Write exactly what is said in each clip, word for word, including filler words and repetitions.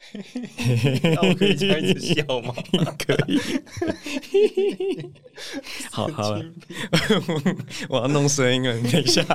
那我可以这样一直笑吗？ 可以。好好了，我要弄声音了，你等一下。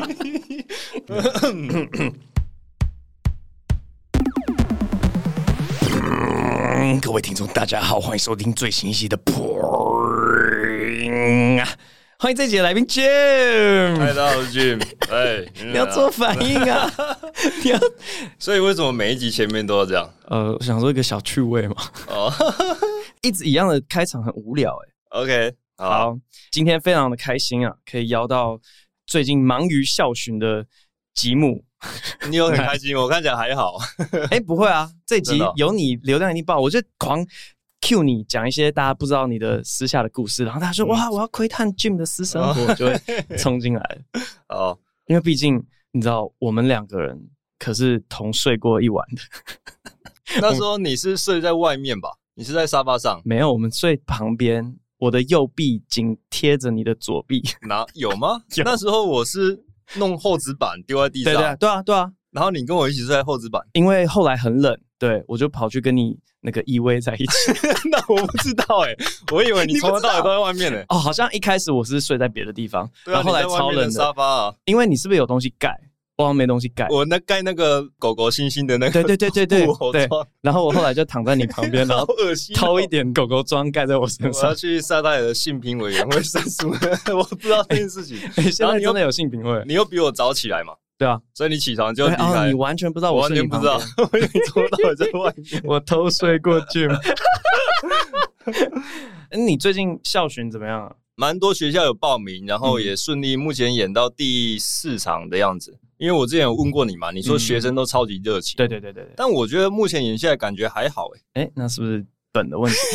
各位听众，大家好，欢迎收听最新一期的《Porn》啊！欢迎这集的来宾 Jim。 嗨，大家好，我是 Jim。哎， 你要做反应啊！你要， 所以为什么每一集前面都要这样？ 呃，我想说一个小趣味嘛。哦，一直一样的开场很无聊哎、欸。 OK， 好, 好，今天非常的开心啊，可以邀到最近忙于校巡的吉姆。 你有很开心，我看起来还好。 哎、欸，不会啊，这集有你流量一定爆，我就狂 cue 你讲一些大家不知道你的私下的故事，然后大家说、嗯、哇，我要窥探 Jim 的私生活，哦、就会冲进来。哦，因为毕竟你知道，我们两个人可是同睡过一晚的。 那时候你是睡在外面吧？你是在沙发上？ 没有，我们睡旁边，我的右臂紧贴着你的左臂。 哪有吗？有那时候我是。弄厚纸板丢在地上， 对对对啊对啊， 然后你跟我一起睡在厚纸板， 因为后来很冷，对我就跑去跟你那个依偎在一起。 那我不知道哎、欸，我以为你从头到尾都在外面呢、欸。 哦，好像一开始我是睡在别的地方， 对啊、 然后后来超冷的沙发啊， 因为你是不是有东西盖？我好像没东西盖， 我那盖那个狗狗星星的那个， 对对对对对对。然后我后来就躺在你旁边，然后偷一点狗狗装盖在我身上。 我要去沙泰尔的性平委员会申诉，我不知道这件事情。 欸、现在真的有性平会， 你又比我早起来嘛？对啊，所以你起床就离开、 哦。你完全不知道我睡你旁边， 我完全不知道，我以为你从头到尾在外面。 我偷睡过去。你最近校巡怎么样啊？ 蛮多学校有报名，然后也顺利，目前演到第四场的样子。因为我之前有问过你嘛，你说学生都超级热情、嗯， 对对对对。 但我觉得目前演下来感觉还好哎、 欸。哎、欸，那是不是本的问题？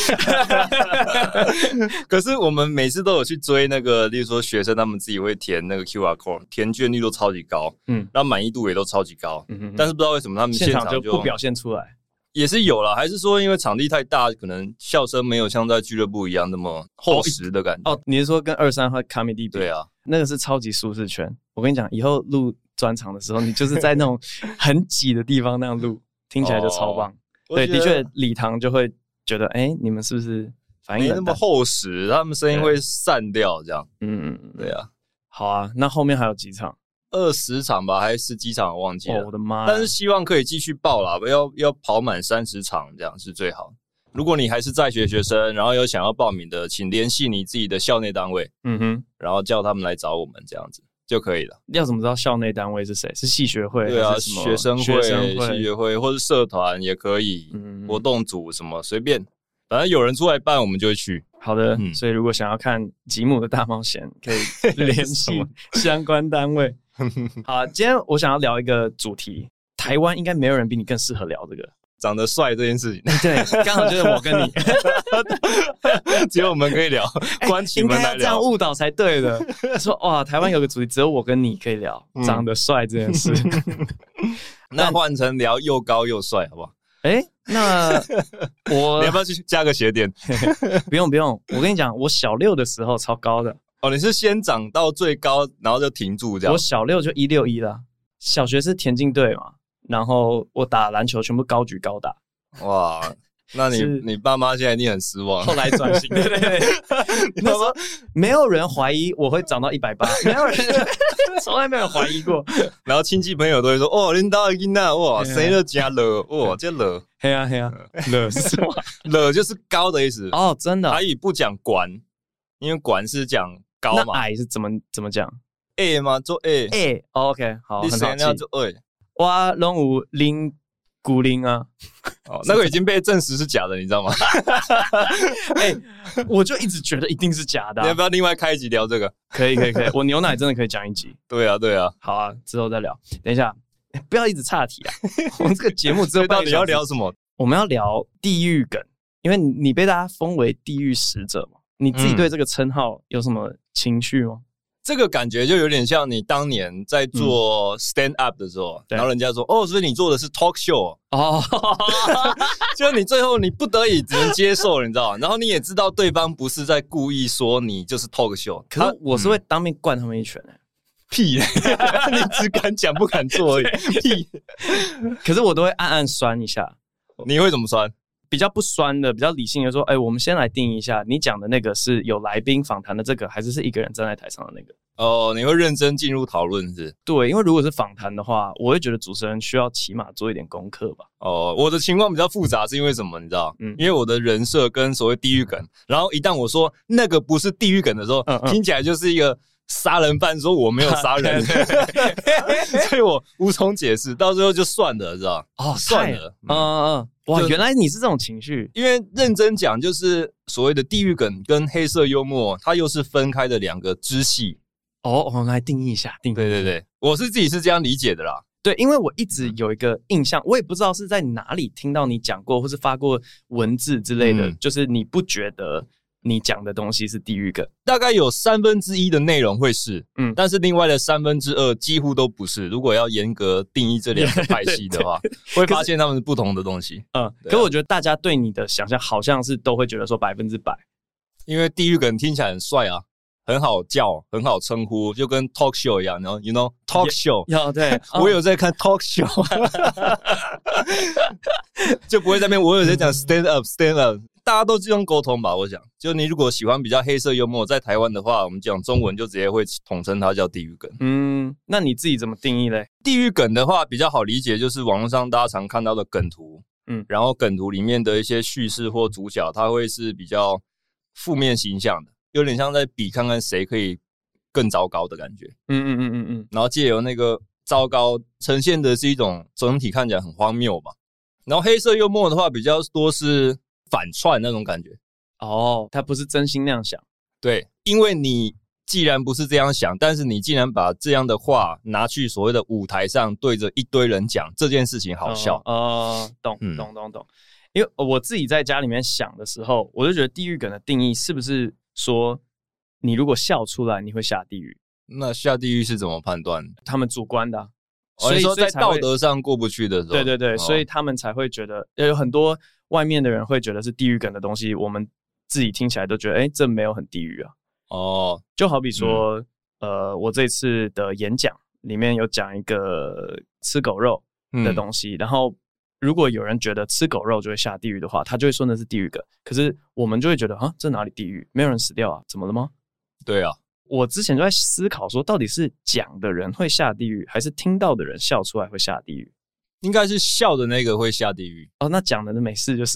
可是我们每次都有去追那个，例如说学生他们自己会填那个 Q R code， 填卷率都超级高，嗯，然后满意度也都超级高，嗯哼哼，但是不知道为什么他们现场 就, 现场就不表现出来。 也是有啦，还是说因为场地太大，可能笑声没有像在俱乐部一样那么厚实的感觉。 哦，你是说跟二三和 comedy 比？ 对啊， 那个是超级舒适圈。我跟你讲，以后录专场的时候，你就是在那种很挤的地方那样录，听起来就超棒。哦、对，的确礼堂就会觉得，哎、欸，你们是不是反应没那么厚实？他们声音会散掉，这样。嗯，对啊。 好啊，那后面还有几场？ 二十场吧，还是十几场，我忘记了。 哦、我的妈！ 但是希望可以继续报啦，要要跑满三十场，这样是最好。如果你还是在学学生，然后有想要报名的，请联系你自己的校内单位，嗯哼，然后叫他们来找我们，这样子就可以了。 要怎么知道校内单位是谁？是系学会？ 对啊， 还是什么学生会、 学生会系学会或是社团也可以，嗯、活动组什么随便，反正有人出来办，我们就会去。 好的、嗯，所以如果想要看吉姆的大冒险，可以联系相关单位。好，今天我想要聊一个主题，台湾应该没有人比你更适合聊这个长得帅这件事情。 对，刚好就是我跟你， 只有我们可以聊，关起门来聊， 应该要这样误导才对的。说哇，台湾有个主题，只有我跟你可以聊、嗯、长得帅这件事。 那换成聊又高又帅，好不好？ 哎、欸，那我你要不要去加个鞋垫？ 不用不用，我跟你讲，我小六的时候超高的。 哦，你是先长到最高，然后就停住这样？ 我小六就一六一了，小学是田径队嘛，然后我打篮球全部高举高打。 哇，那你你爸妈现在一定很失望。 后来转型，对对对。你爸妈没有人怀疑我会长到一百八，没有人，从来没有怀疑过。 然后亲戚朋友都会说：“哦，恁家的囡仔哇，生得真热，哇，这热。” 嘿啊嘿啊，热是什么？ 热就是高的意思。 哦，真的。 台语不讲管，因为管是讲高嘛。 那矮是怎么怎么讲 ？A 吗？做 A。 A， OK， 好， 你谁要做 A？ 我拢有零骨龄啊。 哦，那个已经被证实是假的，你知道吗？ 哎、欸，我就一直觉得一定是假的、啊。 你要不要另外开一集聊这个？ 可以，可以，可以。我牛奶真的可以讲一集。 对啊，对啊。 好啊，之后再聊。等一下，欸、不要一直岔题啊。我们这个节目之后到底要聊什么？ 我们要聊地狱梗，因为你被大家封为地狱使者嘛。你自己对这个称号有什么情绪吗？ 嗯这个感觉就有点像你当年在做 stand up 的时候，嗯、然后人家说哦，所以你做的是 talk show 哦，就你最后你不得已只能接受，你知道吗？然后你也知道对方不是在故意说你就是 talk show， 可是我是会当面灌他们一拳的、欸。 屁！你只敢讲不敢做而已。屁！ 可是我都会暗暗酸一下。 你会怎么酸？ 比较不酸的，比较理性的说，哎、欸，我们先来定义一下，你讲的那个是有来宾访谈的这个，还是是一个人站在台上的那个？ 哦，你会认真进入讨论是？ 对，因为如果是访谈的话，我会觉得主持人需要起码做一点功课吧。 哦，我的情况比较复杂，是因为什么？你知道？嗯，因为我的人设跟所谓地狱梗，然后一旦我说那个不是地狱梗的时候，嗯嗯听起来就是一个杀人犯说我没有杀人，所以我无从解释，到最后就算了，知道？哦，算了， 嗯嗯嗯。哇，原来你是这种情绪。 因为认真讲，就是所谓的地狱梗跟黑色幽默，它又是分开的两个支系。 哦，我们来定义一下。定义对对对，我是自己是这样理解的啦。 对，因为我一直有一个印象，我也不知道是在哪里听到你讲过，或是发过文字之类的，嗯、就是你不觉得你讲的东西是地狱梗， 大概有三分之一的内容会是，嗯，但是另外的三分之二几乎都不是。如果要严格定义这两个派系的话，会发现他们是不同的东西。 嗯，啊、可我觉得大家对你的想象好像是都会觉得说百分之百， 因为地狱梗听起来很帅啊，很好叫，很好称呼，就跟 talk show 一样，然后 you know talk show， 有对， 我有在看 talk show， 就不会在那边我有在讲 stand up stand up。大家都这样沟通吧，我想，就你如果喜欢比较黑色幽默，在台湾的话，我们讲中文就直接会统称它叫地狱梗。 嗯，那你自己怎么定义嘞？ 地狱梗的话比较好理解，就是网络上大家常看到的梗图，嗯，然后梗图里面的一些叙事或主角，它会是比较负面形象的，有点像在比看看谁可以更糟糕的感觉。嗯嗯嗯嗯嗯，然后借由那个糟糕呈现的是一种整体看起来很荒谬吧。然后黑色幽默的话比较多是反串那种感觉。 哦，他不是真心那样想。 对，因为你既然不是这样想，但是你既然把这样的话拿去所谓的舞台上对着一堆人讲，这件事情好笑。 哦、呃，懂懂懂懂。因为我自己在家里面想的时候，我就觉得地狱梗的定义是不是说你如果笑出来你会下地狱？ 那下地狱是怎么判断？ 他们主观的、啊。 所以说在道德上过不去的时候， 对对对，哦、所以他们才会觉得，有很多外面的人会觉得是地狱梗的东西，我们自己听起来都觉得，哎、欸，这没有很地狱啊。哦，就好比说，嗯、呃，我这次的演讲里面有讲一个吃狗肉的东西，嗯、然后如果有人觉得吃狗肉就会下地狱的话，他就会说那是地狱梗。可是我们就会觉得，啊，这哪里地狱？没有人死掉啊，怎么了吗？ 对啊。 我之前就在思考说，到底是讲的人会下地狱，还是听到的人笑出来会下地狱？ 应该是笑的那个会下地狱。 哦，那讲的没事就是。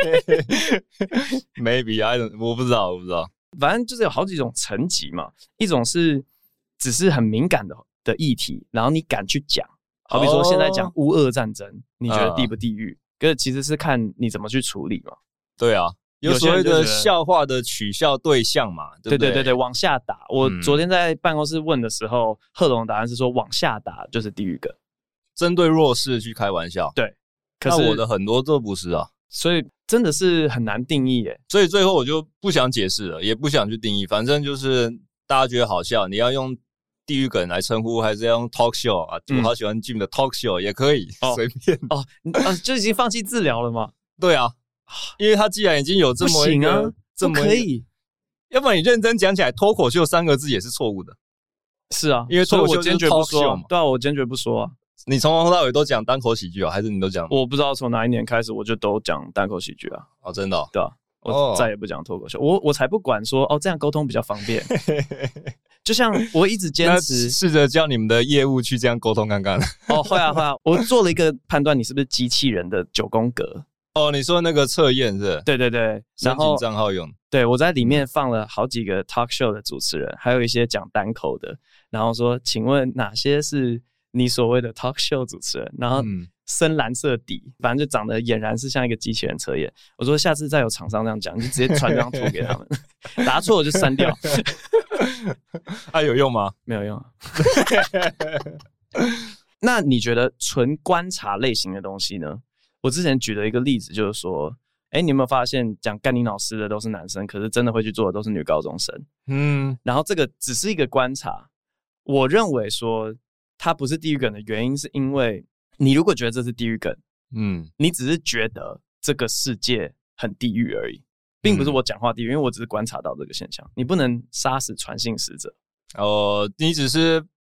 Maybe I don't， 我不知道，我不知道。 反正就是有好几种层级嘛，一种是只是很敏感的的议题，然后你敢去讲，好比说现在讲乌俄战争，你觉得地不地狱？可是其实是看你怎么去处理嘛。 对啊。有所谓的笑话的取笑对象嘛，对不对？ 对对对对，往下打。我昨天在办公室问的时候，贺龙的答案是说往下打就是地狱梗， 针对弱势去开玩笑。 对，可是那我的很多都不是啊， 所以真的是很难定义耶。 所以最后我就不想解释了，也不想去定义，反正就是大家觉得好笑，你要用地狱梗来称呼，还是要用 talk show 啊？嗯、我好喜欢 Jim 的 talk show 也可以，随、哦、便。 哦，啊，就已经放弃治疗了吗？ 对啊。因为他既然已经有这么一个， 不行啊， 这么可以， 要不然你认真讲起来，脱口秀三个字也是错误的。 是啊， 因为脱口秀坚决不说嘛。对啊，我坚决不说啊。 你从头到尾都讲单口喜剧啊，还是你都讲？ 我不知道从哪一年开始，我就都讲单口喜剧啊。 哦，真的、哦？ 对啊，我再也不讲脱口秀。我我才不管说哦，这样沟通比较方便。就像我一直坚持， 试着叫你们的业务去这样沟通看看。 哦，会啊会啊，我做了一个判断，你是不是机器人的九宫格？ 哦，你说那个测验是？ 对对对， 申请账号用。 对，我在里面放了好几个 talk show 的主持人，还有一些讲单口的，然后说，请问哪些是你所谓的 talk show 主持人？然后深蓝色底，反正就长得俨然是像一个机器人测验。我说下次再有厂商这样讲，你就直接传这张图给他们，答错了就删掉。 啊，有用吗？ 没有用啊。那你觉得纯观察类型的东西呢？我之前举了一个例子，就是说，哎，你有没有发现讲干你老师的都是男生，可是真的会去做的都是女高中生？嗯，然后这个只是一个观察。我认为说它不是地狱梗的原因，是因为你如果觉得这是地狱梗，嗯，你只是觉得这个世界很地狱而已，并不是我讲话地狱，因为我只是观察到这个现象。你不能杀死传信使者。 哦，你只是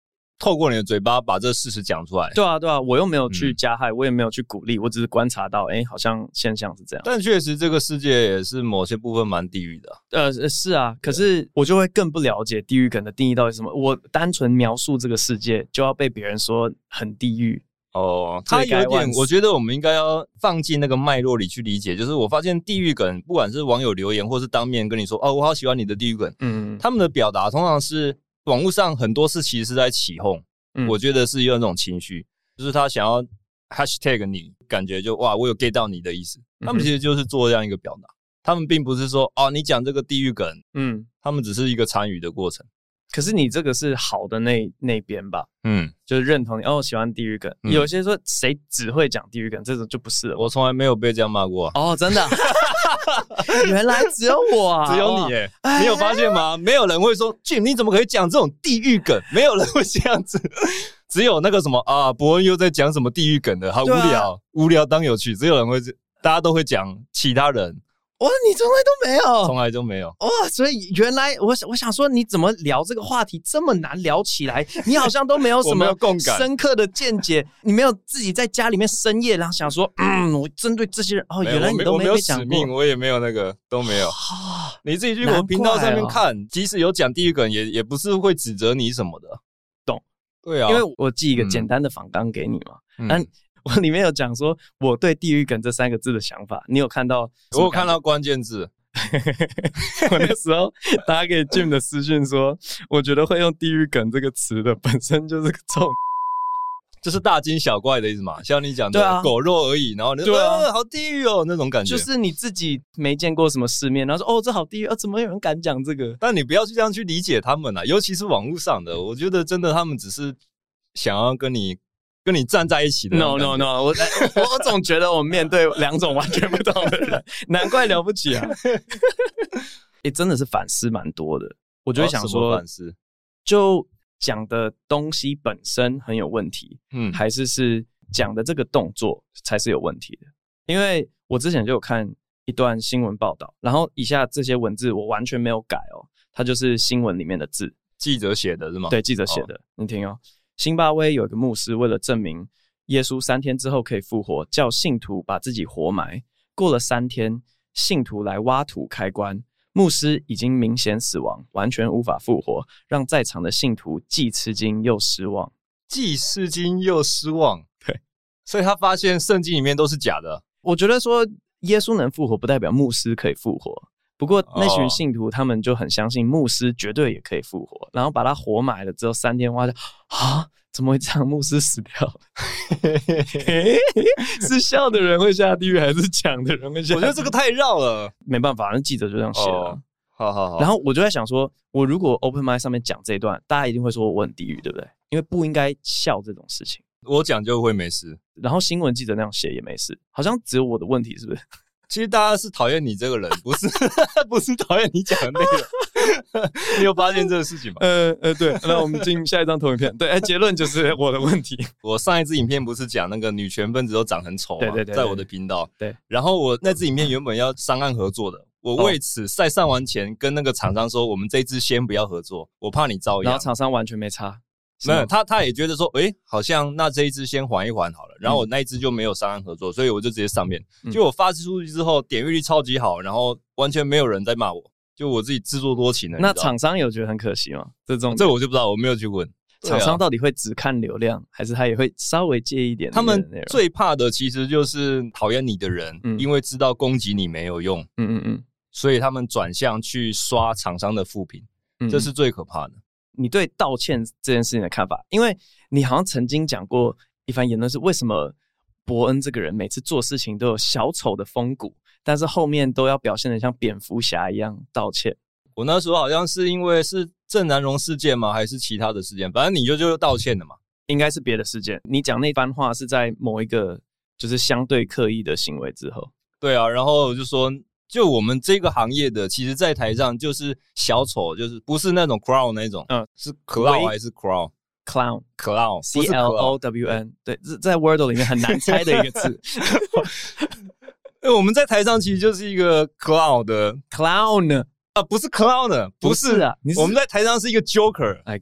透过你的嘴巴把这事实讲出来。 对啊，对啊，我又没有去加害，嗯、我也没有去鼓励，我只是观察到，哎、欸，好像现象是这样。 但确实，这个世界也是某些部分蛮地狱的。 呃，是啊，可是我就会更不了解地狱梗的定义到底是什么。我单纯描述这个世界，就要被别人说很地狱。 哦，他有点，我觉得我们应该要放进那个脉络里去理解。就是我发现地狱梗，不管是网友留言，或是当面跟你说，哦，我好喜欢你的地狱梗，嗯，他们的表达通常是网络上很多事其实是在起哄，嗯，我觉得是有那种情绪，就是他想要 hashtag 你，感觉就哇，我有 get 到你的意思。他们其实就是做这样一个表达，他们并不是说哦，你讲这个地狱梗，嗯，他们只是一个参与的过程。 可是你这个是好的那那边吧，嗯，就是认同你哦，喜欢地狱梗。嗯、有些说谁只会讲地狱梗，这种就不是了。 我从来没有被这样骂过、啊。 哦，真的、啊，原来只有我、啊， 只有你耶！你有发现吗？没有人会说 Jim， 你怎么可以讲这种地狱梗？没有人会这样子。只有那个什么啊，伯恩又在讲什么地狱梗的，好无聊，啊、无聊当有趣。只有人会，大家都会讲其他人。 哇，你从来都没有， 从来都没有哇！所以原来我我想说，你怎么聊这个话题这么难聊起来？你好像都没有什么深刻的见解，你没有自己在家里面深夜，然后想说，嗯，我针对这些人哦，原来你都没被讲过， 我没有使命，我也没有那个都没有。你自己去我频道上面看，哦、即使有讲地狱梗，也也不是会指责你什么的， 懂？ 对啊， 因为我寄一个简单的访纲给你嘛，嗯。嗯我里面有讲说我对地狱梗这三个字的想法，你有看到？ 我有看到关键字。 我那时候打给 Jim 的私讯说，我觉得会用地狱梗这个词的本身就是个臭， 就是大惊小怪的意思嘛。像你讲的、啊、狗肉而已，然后你就说、啊呃、好地狱哦那种感觉， 就是你自己没见过什么世面，然后说哦这好地狱啊，怎么有人敢讲这个？ 但你不要去这样去理解他们啊，尤其是网络上的，我觉得真的他们只是想要跟你。跟你站在一起的 ，no no no， 我我总觉得我面对两种完全不同的人，难怪了不起啊！欸、真的是反思蛮多的，我就会想说， 哦、反思就讲的东西本身很有问题，嗯，还是是讲的这个动作才是有问题的？因为我之前就有看一段新闻报道，然后以下这些文字我完全没有改哦，它就是新闻里面的字， 记者写的是吗？ 对，记者写的，哦、你听哦。辛巴威有一个牧师，为了证明耶稣三天之后可以复活，叫信徒把自己活埋。过了三天，信徒来挖土开棺，牧师已经明显死亡，完全无法复活，让在场的信徒既吃惊又失望。 既吃惊又失望，对，所以他发现圣经里面都是假的。 我觉得说耶稣能复活，不代表牧师可以复活。不过那群信徒他们就很相信牧师绝对也可以复活，然后把他活埋了之后，三天挖就啊，怎么会这样？牧师死掉了？是笑的人会下地狱，还是讲的人会下地狱？ 我觉得这个太绕了， 没办法，那记者就这样写了。哦、 好好好。 然后我就在想说，我如果 Open Mic 上面讲这一段，大家一定会说我很地狱，对不对？因为不应该笑这种事情。 我讲就会没事， 然后新闻记者那样写也没事，好像只有我的问题，是不是？ 其实大家是讨厌你这个人，不是不是讨厌你讲的内容。你有发现这个事情吗？ 呃呃，对。那我们进下一张投影片。对，哎，结论就是我的问题。 我上一支影片不是讲那个女权分子都长很丑吗？ 对对 对, 对， 在我的频道。 对。 然后我那支影片原本要商案合作的，我为此在上完前跟那个厂商说，我们这一支先不要合作，我怕你遭殃。 然后厂商完全没差。 没有，他他也觉得说，诶、欸，好像那这一支先缓一缓好了，然后我那一支就没有商案合作，所以我就直接上面。嗯、就我发出去之后，点阅率超级好，然后完全没有人在骂我，就我自己自作多情了。 那厂商有觉得很可惜吗？这种这我就不知道，我没有去问。 厂商到底会只看流量，啊、还是他也会稍微介意一点？ 他们最怕的其实就是讨厌你的人，嗯、因为知道攻击你没有用，嗯嗯嗯，所以他们转向去刷厂商的负评，嗯、这是最可怕的。 你对道歉这件事情的看法？因为你好像曾经讲过一番言论，是为什么伯恩这个人每次做事情都有小丑的风骨，但是后面都要表现得像蝙蝠侠一样道歉。 我那时候好像是因为是郑南榕事件吗？还是其他的事件？反正你就就道歉了嘛。 应该是别的事件。你讲那番话是在某一个就是相对刻意的行为之后。 对啊，然后我就说。就我们这个行业的，其实在台上就是小丑，就是不是那种 clown 那种，嗯，是 clown 还是 clown clown clown C L O W N， 对，在 Wordle 里面很难猜的一个字。 因为我们在台上其实就是一个 clown 的 clown 啊，不是 clown， 不是, 不是啊， 我们在台上是一个 joker。 来，各位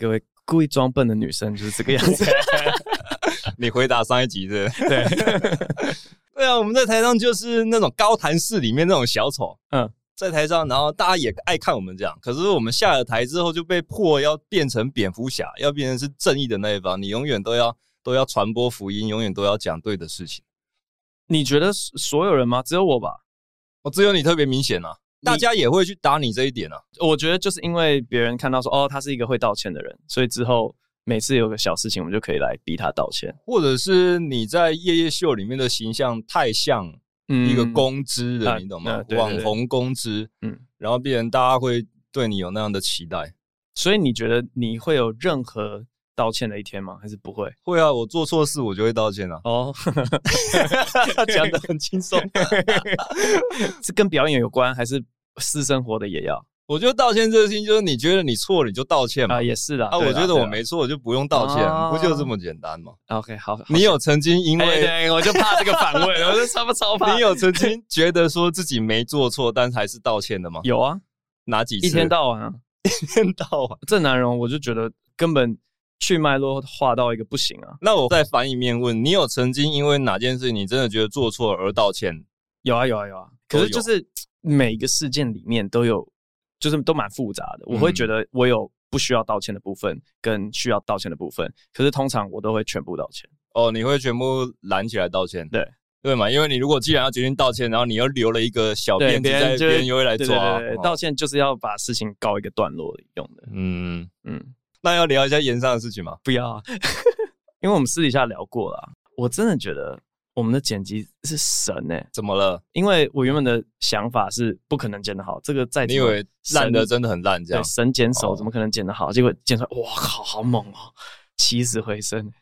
故意装笨的女生就是这个样子。 你回答上一集是不是？ 对。 对啊，我们在台上就是那种高谈室里面那种小丑， 嗯， 在台上，然后大家也爱看我们这样。可是我们下了台之后就被迫要变成蝙蝠侠，要变成是正义的那一方，你永远都要都要传播福音，永远都要讲对的事情。 你觉得所有人吗？只有我吧？ 哦，只有你特别明显啊，大家也会去打你这一点啊。 我觉得就是因为别人看到说，哦，他是一个会道歉的人，所以之后每次有个小事情，我们就可以来逼他道歉， 或者是你在夜夜秀里面的形象太像一个公知的，嗯、你懂吗？啊、网红公知，嗯，然后变成大家会对你有那样的期待。 所以你觉得你会有任何道歉的一天吗？还是不会？ 会啊，我做错事我就会道歉啊。 哦，讲得很轻松，是跟表演有关，还是私生活的也要？ 我觉得道歉这个事情，就是你觉得你错了你就道歉嘛， 啊，也是的啊。我觉得我没错，我就不用道歉，啊、不就这么简单吗 ？OK， 好。好你有曾经因为对，对，我就怕这个反问，我就超不超怕。 你有曾经觉得说自己没做错，但还是道歉的吗？ 有啊， 哪几次？ 一天到晚啊， 一天到晚。 郑南榕，我就觉得根本去脉络化到一个不行啊。 那我再反一面问，你有曾经因为哪件事你真的觉得做错而道歉？ 有啊，有啊，有啊。可是就是每一个事件里面都有。就是都蛮复杂的，我会觉得我有不需要道歉的部分，跟需要道歉的部分。可是通常我都会全部道歉。 哦，你会全部拦起来道歉？ 对， 对嘛？因为你如果既然要决定道歉，然后你又留了一个小辫子在，别人又会来抓。 对对对对，道歉就是要把事情告一个段落用的。 嗯嗯，那要聊一下炎上的事情吗？ 不要啊，因为我们私底下聊过了。我真的觉得我们的剪辑是神哎、欸！ 怎么了？ 因为我原本的想法是不可能剪得好，这个再你以为烂的真的很烂这样？ 对，神剪手怎么可能剪得好？哦、结果剪出来，哇靠，好猛哦，起死回生！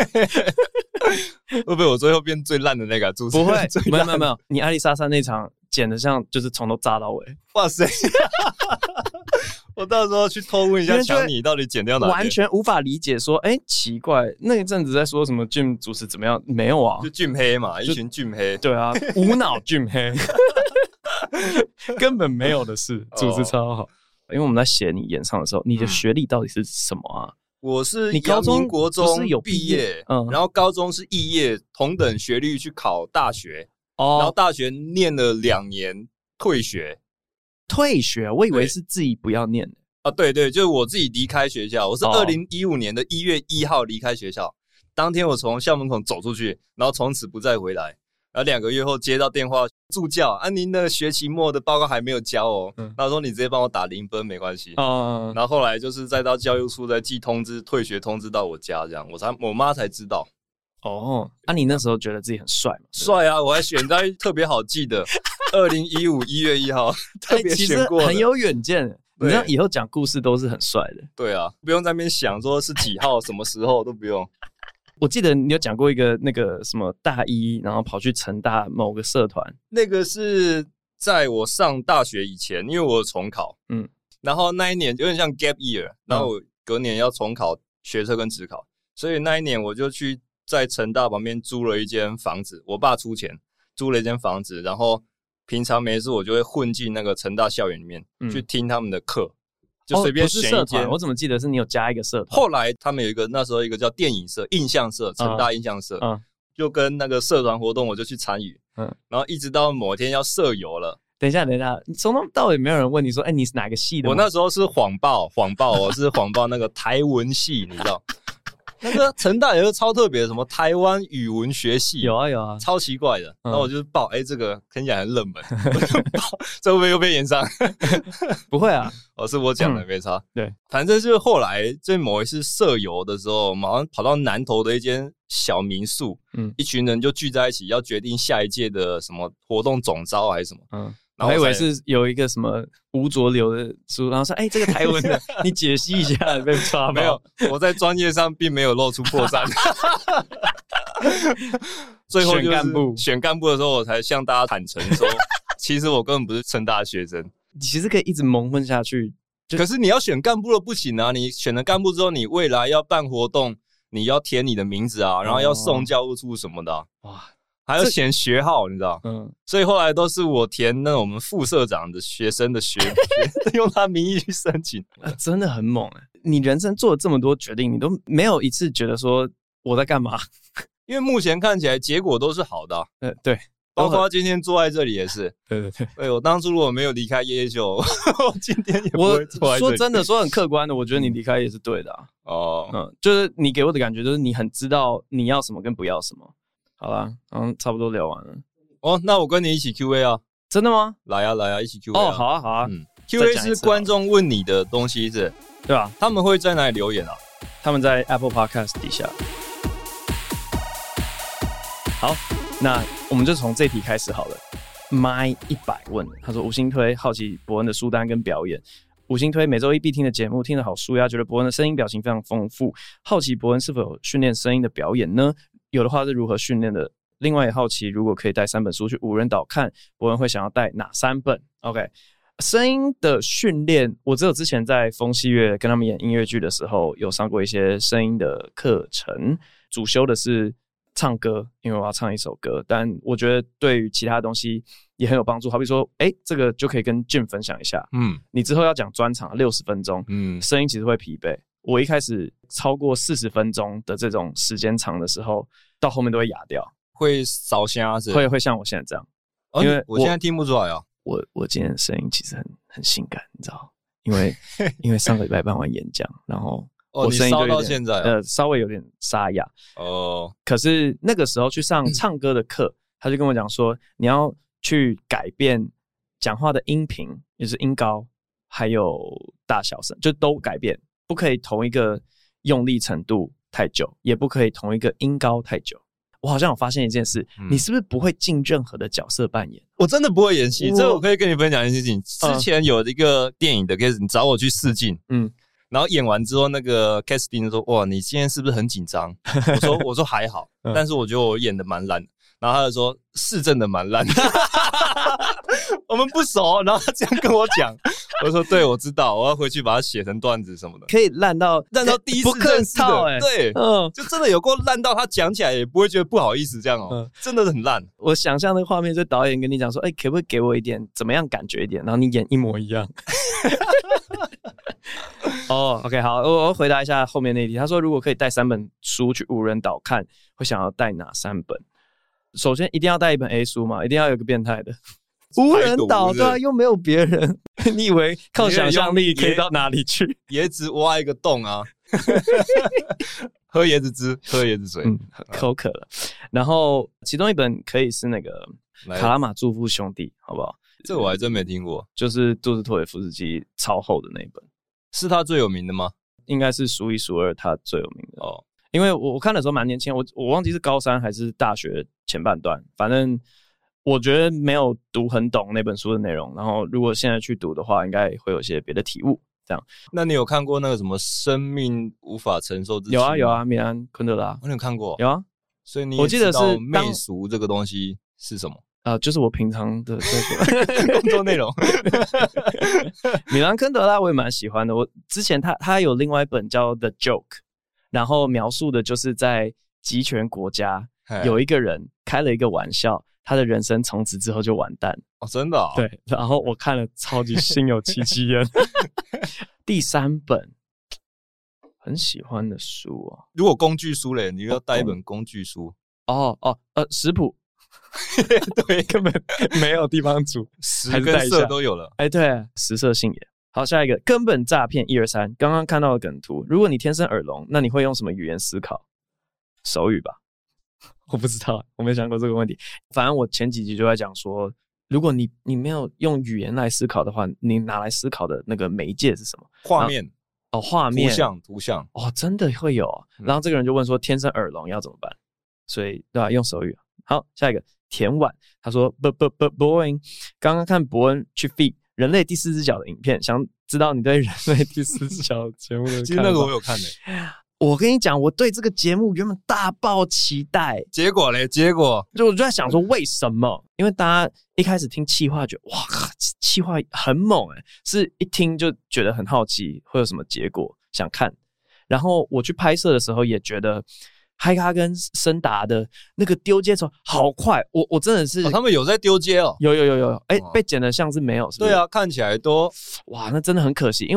会不会我最后变最烂的那个、啊？主持人不会，没有没有没有，你艾丽莎莎那场剪得像就是从头炸到尾， 哇塞！我到时候去偷问一下强尼到底剪掉哪里， 完全无法理解说，哎、欸，奇怪，那一阵子在说什么俊主持怎么样？没有啊， 就俊黑嘛，一群俊黑。 对啊，无脑俊黑，根本没有的事，主持超好。哦、因为我们在写你演唱的时候，你的学历到底是什么啊？ 我是你高中国中有毕业，嗯，然后高中是肄业，同等学历去考大学，哦，然后大学念了两年，退学。 退学，我以为是自己不要念的啊。对对，就是我自己离开学校。我是二零一五年的一月一号离开学校，当天我从校门口走出去，然后从此不再回来。然后两个月后接到电话，助教啊，您的学期末的报告还没有交哦。嗯，然后说你直接帮我打零分没关系。哦，然后后来就是再到教育处再寄通知，退学通知到我家，这样我才我妈才知道。 哦，那、啊、你那时候觉得自己很帅吗？ 帅啊！我还选在特别好记的二零一五一月一号，特别选过、 欸，很有远见。你知道以后讲故事都是很帅的。 对啊，不用在那边想说是几号、什么时候都不用。 我记得你有讲过一个那个什么大一，然后跑去成大某个社团， 那个是在我上大学以前，因为我有重考，嗯，然后那一年有点像 gap year， 然后我隔年要重考学测跟指考，所以那一年我就去。在成大旁边租了一间房子，我爸出钱租了一间房子，然后平常没事我就会混进那个成大校园里面、嗯、去听他们的课，就随便选一间、 哦。我怎么记得是你有加一个社团？ 后来他们有一个那时候一个叫电影社、印象社，成大印象社，嗯，就跟那个社团活动我就去参与，嗯，然后一直到某天要社游了。 等一下，等一下，从头到尾没有人问你说，哎、欸，你是哪个系的？ 我那时候是谎报，谎报，我是谎报那个台文系，你知道。那个成大有个超特别的，什么台湾语文学系， 有啊有啊， 超奇怪的。然后我就报，哎、欸，这个听起来很冷门，我就报，这会不会又被延上？ 不会啊， 哦，是我讲的、嗯，没差。 对， 反正就是后来在某一次社游的时候，我们好像跑到南投的一间小民宿，嗯，一群人就聚在一起，要决定下一届的什么活动总召还是什么，嗯。 我还以为是有一个什么吴浊流的书，然后说：“哎、欸，这个台文的，你解析一下。”被抓没有？我在专业上并没有露出破绽。最后就是选干部，选干部的时候，我才向大家坦诚说，其实我根本不是成大的学生。 其实可以一直蒙混下去， 可是你要选干部了不行啊！你选了干部之后，你未来要办活动，你要填你的名字啊，然后要送教务处什么的、啊。哇！还要填学号，你知道？嗯，所以后来都是我填那我们副社长的学生的学，用他名义去申请、 啊，真的很猛哎、欸！ 你人生做了这么多决定，你都没有一次觉得说我在干嘛？ 因为目前看起来结果都是好的、啊。 呃，对。 包括今天坐在这里也是， 对对对， 对我当初如果没有离开夜夜秀，我今天也不会坐在这里。 我说真的，说很客观的，我觉得你离开也是对的、啊。哦，嗯，就是你给我的感觉就是你很知道你要什么跟不要什么。好啦，嗯，差不多聊完了。 哦，那我跟你一起 Q A 啊？ 真的吗？ 来啊来啊，一起 Q A 啊。 哦，好啊好啊。嗯 ，Q A 是观众问你的东西是， 对吧？ 他们会在哪里留言啊？ 他们在 Apple Podcast 底下。好。那我们就从这题开始好了。My 一百问，他说五星推，好奇伯恩的书单跟表演。五星推，每周一必听的节目，听得好舒压，觉得伯恩的声音表情非常丰富。好奇伯恩是否有训练声音的表演呢？有的话是如何训练的？另外也好奇，如果可以带三本书去无人岛看，伯恩会想要带哪三本 ？OK， 声音的训练，我只有之前在风戏乐跟他们演音乐剧的时候，有上过一些声音的课程，主修的是唱歌，因为我要唱一首歌，但我觉得对于其他东西也很有帮助。好比说，哎，这个就可以跟 Jim 分享一下。嗯，你之后要讲专场六十分钟，嗯，声音其实会疲惫。我一开始超过四十分钟的这种时间长的时候，到后面都会哑掉， 会少声是？ 会会像我现在这样， 哦、因为 我, 我现在听不出来啊。 我我今天的声音其实很很性感，你知道，因为因为上个礼拜办完演讲，然后。 哦， 我声音就有点你烧到现在、啊、 呃，稍微有点沙哑哦。可是那个时候去上唱歌的课，他就跟我讲说，你要去改变讲话的音频，也就是音高，还有大小声，就都改变，不可以同一个用力程度太久，也不可以同一个音高太久。我好像有发现一件事，嗯、你是不是不会进任何的角色扮演？ 我真的不会演戏，这个我可以跟你分享一件事情。之前有一个电影的 case， 你找我去试镜，嗯。然后演完之后，那个 casting 说：“哇，你今天是不是很紧张？”我说：“我说还好，嗯、但是我觉得我演的蛮烂。”然后他就说：“是真的蛮烂。”我们不熟，然后他这样跟我讲，我说：“对，我知道，我要回去把它写成段子什么的。” 可以烂到烂到第一次认识的， 欸、 对，嗯，就真的有够烂到他讲起来也不会觉得不好意思，这样哦、喔，嗯、真的很烂。 我想象那个画面，就导演跟你讲说：“哎、欸，可不可以给我一点怎么样感觉一点？”然后你演一模一样。哦、oh, ，OK， 好，我我回答一下后面那题。他说，如果可以带三本书去无人岛看，会想要带哪三本？首先，一定要带一本 A 书嘛，一定要有个变态的无人岛，对啊，又没有别人，你以为靠想象力可以到哪里去？ 椰子挖一个洞啊，喝椰子汁，喝椰子水， 嗯，口渴了。然后其中一本可以是那个卡拉马祝夫兄弟，好不好？ 这个我还真没听过， 就是杜斯托耶夫斯基超厚的那一本。 是他最有名的吗？ 应该是数一数二他最有名的哦。因为我我看的时候蛮年轻，我我忘记是高三还是大学前半段，反正我觉得没有读很懂那本书的内容。然后如果现在去读的话，应该会有些别的体悟。这样， 那你有看过那个什么生命无法承受之轻？ 有啊有啊，米兰昆德拉， 我有看过。 有啊， 所以你也知道媚俗这个东西是什么？ 啊、呃，就是我平常的这个工作内容。 米兰昆德拉我也蛮喜欢的。我之前他他有另外一本叫《The Joke》，然后描述的就是在极权国家有一个人开了一个玩笑，他的人生从此之后就完蛋。 哦，真的、哦？ 对。然后我看了超级心有戚戚焉。第三本很喜欢的书啊， 如果工具书嘞，你要带一本工具书。 哦哦呃，食谱。 对， 根本没有地方煮， 食跟色都有了。 哎，对，食色性也。好，下一个根本诈骗一二三，刚刚看到的梗图。如果你天生耳聋，那你会用什么语言思考？手语吧？我不知道，我没想过这个问题。反正我前几集就在讲说，如果你你没有用语言来思考的话，你拿来思考的那个媒介是什么？ 画面哦，画面、 图像、图像哦，真的会有、啊。然后这个人就问说，天生耳聋要怎么办？所以对吧、啊？用手语。好，下一个田婉，他说不不不 boring， 刚刚看伯恩去 feed 人类第四只脚的影片，想知道你对人类第四只脚节目的看法。 其实那个我有看的、欸。 我跟你讲，我对这个节目原本大爆期待， 结果嘞，结果就我就在想说为什么？因为大家一开始听企划觉得哇，企划很猛哎、欸，是一听就觉得很好奇会有什么结果，想看。然后我去拍摄的时候也觉得。嗨咖跟森达的那个丢接球好快，我我真的是、 哦、他们有在丢接哦， 有有有有，哎、欸，被剪的像是没有，是不是？ 对啊，看起来都哇，那真的很可惜，因为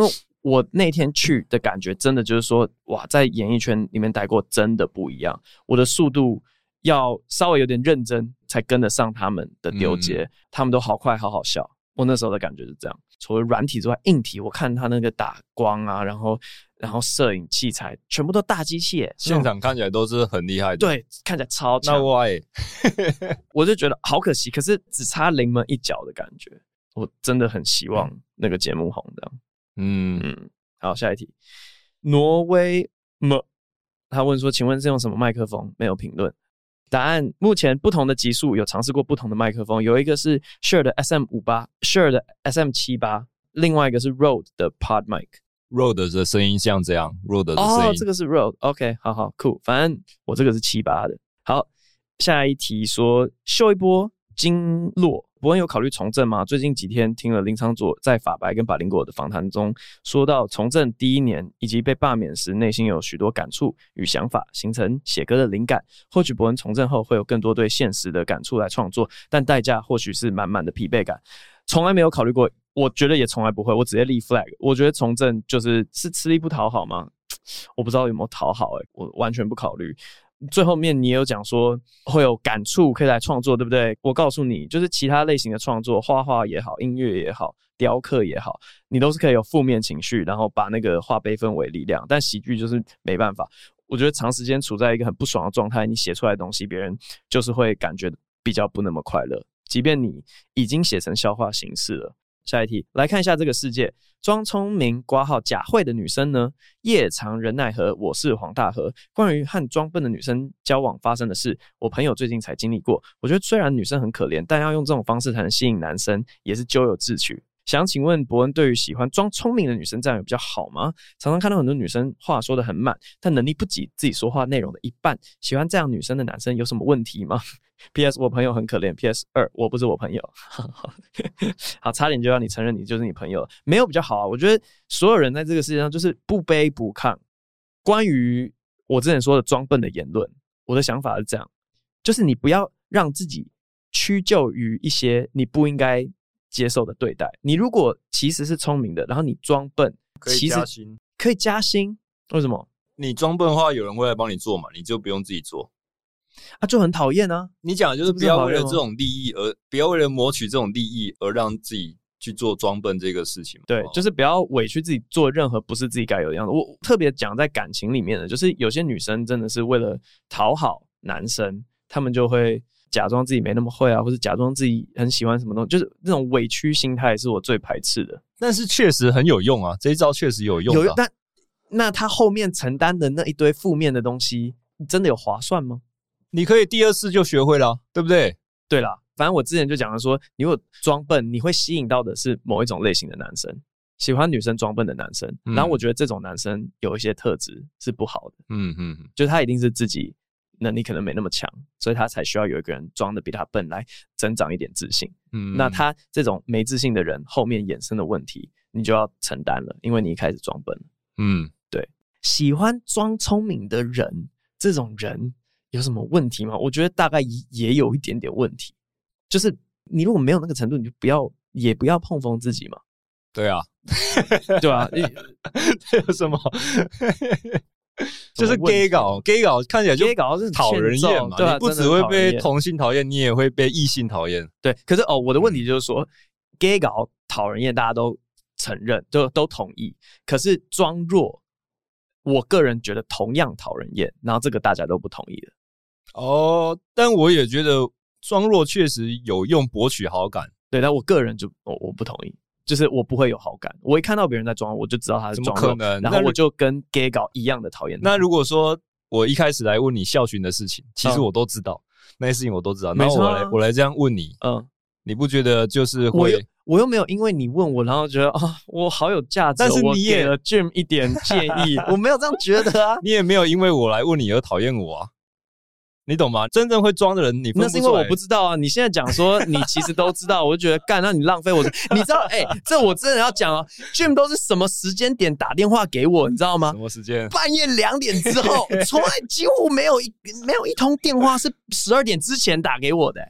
我那天去的感觉真的就是说，哇，在演艺圈里面待过真的不一样，我的速度要稍微有点认真才跟得上他们的丢接、嗯、他们都好快好好笑，我那时候的感觉是这样。除了软体之外，硬体我看他那个打光啊，然后然后摄影器材全部都大机器耶， 现场看起来都是很厉害的， 对，看起来超强。 那我我就觉得好可惜，可是只差临门一脚的感觉。我真的很希望那个节目红的。嗯嗯，好，下一题，挪威么？他问说，请问是用什么麦克风？没有评论。答案：目前不同的级数有尝试过不同的麦克风，有一个是 Shure 的 S M 五十八 Shure 的 S M 七十八， 另外一个是 Rode 的 Pod Mic。Rode 的声音像这样 Rode 的声音， 哦，这个是 Rode， OK， 好好酷，反正我这个是七十八的。好，下一题说秀一波经络，伯恩有考虑从政吗？最近几天听了林昶佐在法白跟百灵果的访谈中说到，从政第一年以及被罢免时，内心有许多感触与想法，形成写歌的灵感。或许伯恩从政后会有更多对现实的感触来创作，但代价或许是满满的疲惫感。从来没有考虑过，我觉得也从来不会。我直接立 flag， 我觉得从政就是是吃力不讨好吗？我不知道有没有讨好、欸，我完全不考虑。最后面你也有讲说会有感触可以来创作，对不对？我告诉你，就是其他类型的创作，画画也好，音乐也好，雕刻也好，你都是可以有负面情绪，然后把那个化悲愤为力量。但喜剧就是没办法，我觉得长时间处在一个很不爽的状态，你写出来的东西，别人就是会感觉比较不那么快乐，即便你已经写成笑话形式了。下一题，来看一下这个世界。装聪明挂号假会的女生呢？夜长人奈何，我是黄大河。关于和装笨的女生交往发生的事，我朋友最近才经历过。我觉得虽然女生很可怜，但要用这种方式才能吸引男生，也是咎由自取。想请问伯恩，对于喜欢装聪明的女生这样有比较好吗？常常看到很多女生话说得很满，但能力不及自己说话内容的一半，喜欢这样女生的男生有什么问题吗？ P S 我朋友很可怜。 P S 二 我不是我朋友。好，差点就要你承认你就是你朋友，没有比较好啊。我觉得所有人在这个世界上就是不卑不亢。关于我之前说的装笨的言论，我的想法是这样，就是你不要让自己屈就于一些你不应该接受的对待。你如果其实是聪明的，然后你装笨， 可以加薪， 可以加薪。为什么？ 你装笨的话，有人会来帮你做嘛，你就不用自己做啊，就很讨厌啊。 你讲的就是不要为了这种利益而，不要为了谋取这种利益而让自己去做装笨这个事情。 对，就是不要委屈自己做任何不是自己该有的样子。我特别讲在感情里面的，就是有些女生真的是为了讨好男生，他们就会假装自己没那么会啊，或是假装自己很喜欢什么东西，就是那种委屈心态是我最排斥的。 但是确实很有用啊，这一招确实有用、啊。有， 但那他后面承担的那一堆负面的东西，真的有划算吗？ 你可以第二次就学会了，对不对？ 对啦，反正我之前就讲了说，你如果装笨，你会吸引到的是某一种类型的男生，喜欢女生装笨的男生。嗯、然后我觉得这种男生有一些特质是不好的，嗯嗯，就是他一定是自己能力可能没那么强，所以他才需要有一个人装的比他笨来增长一点自信。嗯，那他这种没自信的人后面衍生的问题，你就要承担了，因为你一开始装笨。嗯，对，喜欢装聪明的人，这种人有什么问题吗？我觉得大概也有一点点问题，就是你如果没有那个程度，你就不要也不要碰碰自己嘛。 对啊， 对啊， 这有什么？就是 gay 搞 gay 搞看起来就讨人厌嘛， 对啊， 你不只会被同性讨厌，你也会被异性讨厌。 对，可是哦，我的问题就是说、嗯、gay 搞讨人厌，大家都承认，都都同意。可是装弱，我个人觉得同样讨人厌，然后这个大家都不同意的。 哦，但我也觉得装弱确实有用博取好感。 对，但我个人就、哦、我不同意。就是我不会有好感，我一看到别人在装，我就知道他是装弱，然后我就跟 gay 搞一样的讨厌他。 那如果说我一开始来问你校巡的事情，其实我都知道、嗯、那些事情我都知道，然后我来、啊、我来这样问你，嗯，你不觉得就是会？ 我又我又没有因为你问我，然后觉得啊，我好有价值， 但是你也给了 Jim 一点建议，我没有这样觉得啊。 你也没有因为我来问你而讨厌我啊。你懂吗？真正会装的人，你分不出来。 那是因为我不知道啊。你现在讲说你其实都知道，我就觉得干，那你浪费我。你知道，哎、欸，这我真的要讲哦。Jim 都是什么时间点打电话给我，你知道吗？ 什么时间？ 半夜两点之后，从来几乎没有一没有一通电话是十二点之前打给我的、欸。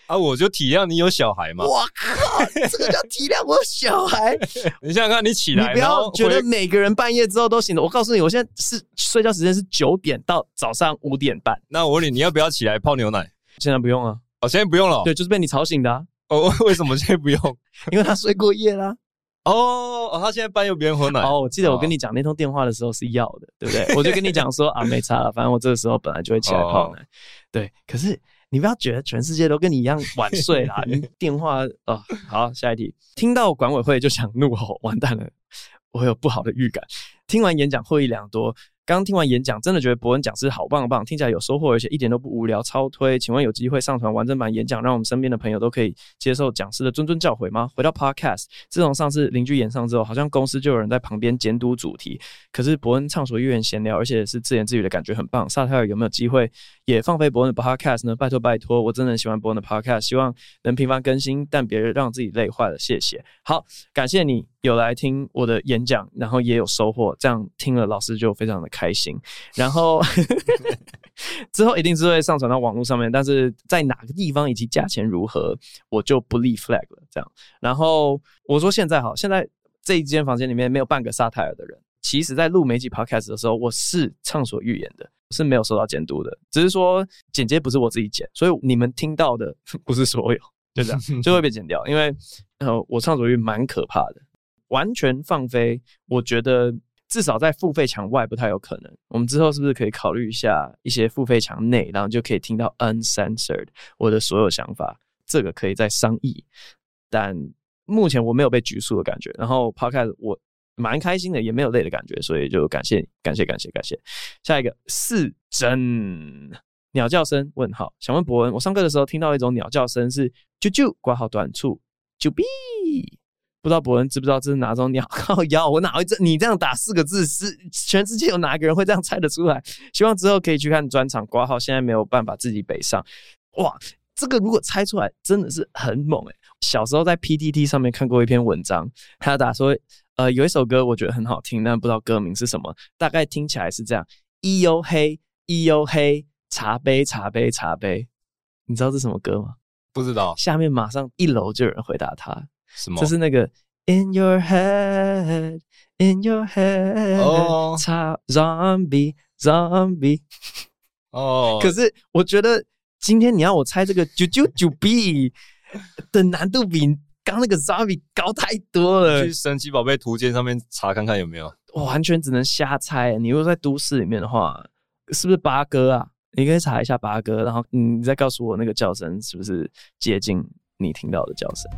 啊，我就体谅你有小孩嘛。 我靠，这个叫体谅我有小孩。 你想想看，你起来， 你不要觉得每个人半夜之后都醒了。我告诉你，我现在是睡觉时间是九点到早上五点半。 那我问你，你要不要起来泡牛奶？ 现在不用啊。 哦，现在不用了、哦。 对，就是被你吵醒的啊。 哦，为什么现在不用？ 因为他睡过夜啦。 哦，哦他现在半夜别人喝奶。 哦，我记得我跟你讲那通电话的时候是要的，对不对？我就跟你讲说啊，没差了，反正我这个时候本来就会起来泡奶。哦、对，可是你不要觉得全世界都跟你一样晚睡啦。你电话哦，好，下一题。听到管委会就想怒吼，完蛋了，我有不好的预感。听完演讲获益良多。刚听完演讲，真的觉得伯恩讲师好棒棒，听起来有收获，而且一点都不无聊，超推。请问有机会上传完整版演讲，让我们身边的朋友都可以接受讲师的谆谆教诲吗？回到 Podcast， 自从上次邻居演上之后，好像公司就有人在旁边监督主题。可是伯恩畅所欲言闲聊，而且是自言自语的感觉很棒。萨泰尔有没有机会也放飞伯恩的 Podcast 呢？拜托拜托，我真的很喜欢伯恩的 Podcast， 希望能频繁更新，但别让自己累坏了，谢谢。好，感谢你有来听我的演讲，然后也有收获，这样听了老师就非常的开心。然后之后一定是会上传到网络上面，但是在哪个地方以及价钱如何，我就不立 flag 了。这样，然后我说现在好，现在这一间房间里面没有半个萨泰尔的人。其实，在录每集 podcast 的时候，我是畅所欲言的，是没有受到监督的，只是说剪接不是我自己剪，所以你们听到的不是所有，就这样就会被剪掉，因为呃我畅所欲蛮可怕的。完全放飞，我觉得至少在付费墙外不太有可能。我们之后是不是可以考虑一下一些付费墙内，然后就可以听到 uncensored 我的所有想法？这个可以再商议，但目前我没有被拘束的感觉。然后 podcast 我蛮开心的，也没有累的感觉，所以就感谢感谢感谢感谢。下一个是真鸟叫声问号，想问伯恩，我上课的时候听到一种鸟叫声是啾啾括号短处啾哔。不知道伯恩知不知道这是哪种鸟？靠腰，我哪会这？你这样打四个字，是全世界有哪一个人会这样猜得出来？希望之后可以去看专场挂号，现在没有办法自己北上。哇，这个如果猜出来，真的是很猛哎、欸！小时候在 P T T 上面看过一篇文章，他打说，呃，有一首歌我觉得很好听，但不知道歌名是什么，大概听起来是这样：咿哟嘿，咿哟嘿，茶杯茶杯茶杯。你知道这是什么歌吗？ 不知道。 下面马上一楼就有人回答他。 什么？ 这是那个 In your head, in your head， 哦，超 zombie zombie。哦，可是我觉得今天你要我猜这个九九九 B 的难度比刚那个 zombie 高太多了。 去神奇宝贝图鉴上面查看看有没有。 我完全只能瞎猜。你如果在都市里面的话，是不是八哥啊？你可以查一下八哥，然后你再告诉我那个叫声是不是接近你听到的叫声。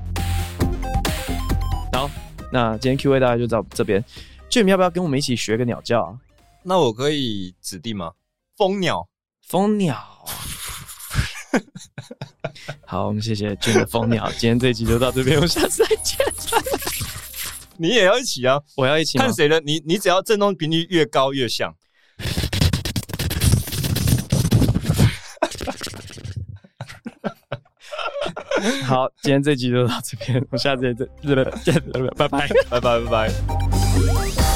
好，那今天 Q A 大概就到这边。Jim 要不要跟我们一起学个鸟叫啊？ 那我可以指定吗？蜂鸟， 蜂鸟。好，我们谢谢 Jim 的蜂鸟。今天这一集就到这边，我们下次再见。 你也要一起啊？ 我要一起吗？ 看谁的？你你只要振动频率越高越像。 好，今天这集就到这边，我下次再见，拜拜， 拜拜，拜拜。